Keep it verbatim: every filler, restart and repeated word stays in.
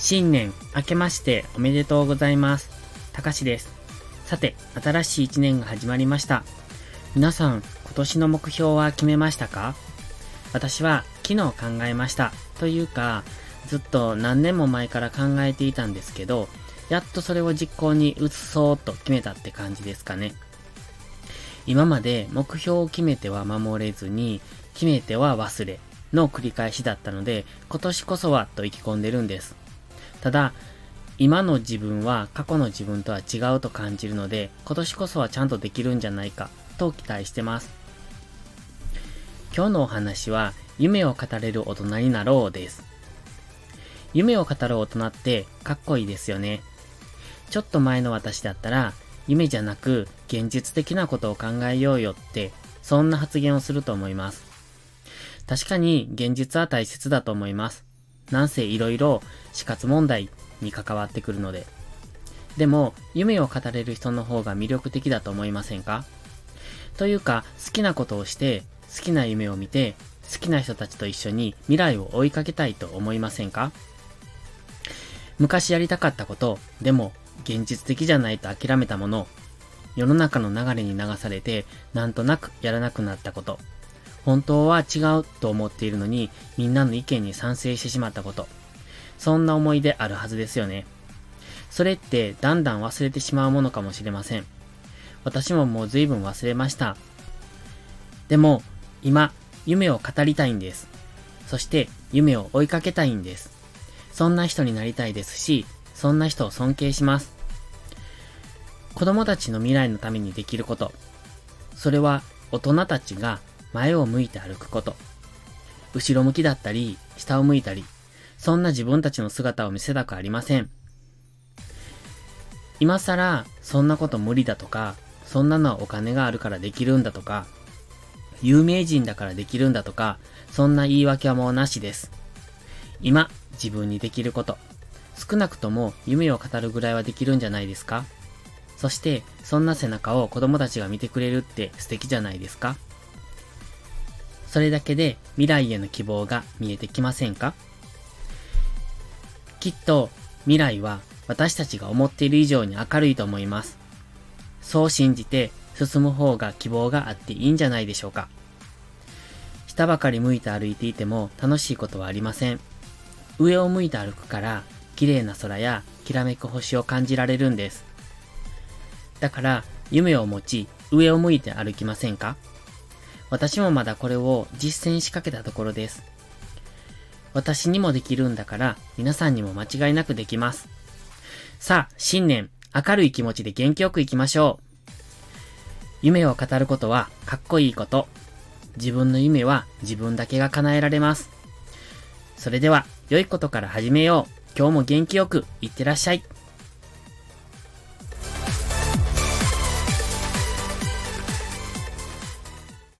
新年明けましておめでとうございます。たかしです。さて、新しい一年が始まりました。皆さん、今年の目標は決めましたか？私は昨日考えました。というか、ずっと何年も前から考えていたんですけど、やっとそれを実行に移そうと決めたって感じですかね。今まで目標を決めては守れずに、決めては忘れの繰り返しだったので、今年こそはと意気込んでるんです。ただ、今の自分は過去の自分とは違うと感じるので、今年こそはちゃんとできるんじゃないかと期待してます。今日のお話は、夢を語れる大人になろうです。夢を語る大人ってかっこいいですよね。ちょっと前の私だったら、夢じゃなく現実的なことを考えようよって、そんな発言をすると思います。確かに現実は大切だと思います。なんせいろいろ死活問題に関わってくるので。でも、夢を語れる人の方が魅力的だと思いませんか？というか、好きなことをして、好きな夢を見て、好きな人たちと一緒に未来を追いかけたいと思いませんか？昔やりたかったこと、でも現実的じゃないと諦めたもの、世の中の流れに流されてなんとなくやらなくなったこと、本当は違うと思っているのにみんなの意見に賛成してしまったこと、そんな思い出あるはずですよね。それってだんだん忘れてしまうものかもしれません。私ももう随分忘れました。でも今夢を語りたいんです。そして夢を追いかけたいんです。そんな人になりたいですし、そんな人を尊敬します。子供たちの未来のためにできること。それは大人たちが前を向いて歩くこと。後ろ向きだったり、下を向いたり、そんな自分たちの姿を見せたくありません。今更、そんなこと無理だとか、そんなのはお金があるからできるんだとか、有名人だからできるんだとか、そんな言い訳はもうなしです。今、自分にできること。少なくとも夢を語るぐらいはできるんじゃないですか？そして、そんな背中を子供たちが見てくれるって素敵じゃないですか？それだけで未来への希望が見えてきませんか？きっと未来は私たちが思っている以上に明るいと思います。そう信じて進む方が希望があっていいんじゃないでしょうか。下ばかり向いて歩いていても楽しいことはありません。上を向いて歩くから綺麗な空やきらめく星を感じられるんです。だから夢を持ち上を向いて歩きませんか？私もまだこれを実践しかけたところです。私にもできるんだから皆さんにも間違いなくできます。さあ、新年明るい気持ちで元気よくいきましょう。夢を語ることはかっこいいこと。自分の夢は自分だけが叶えられます。それでは良いことから始めよう。今日も元気よくいってらっしゃい。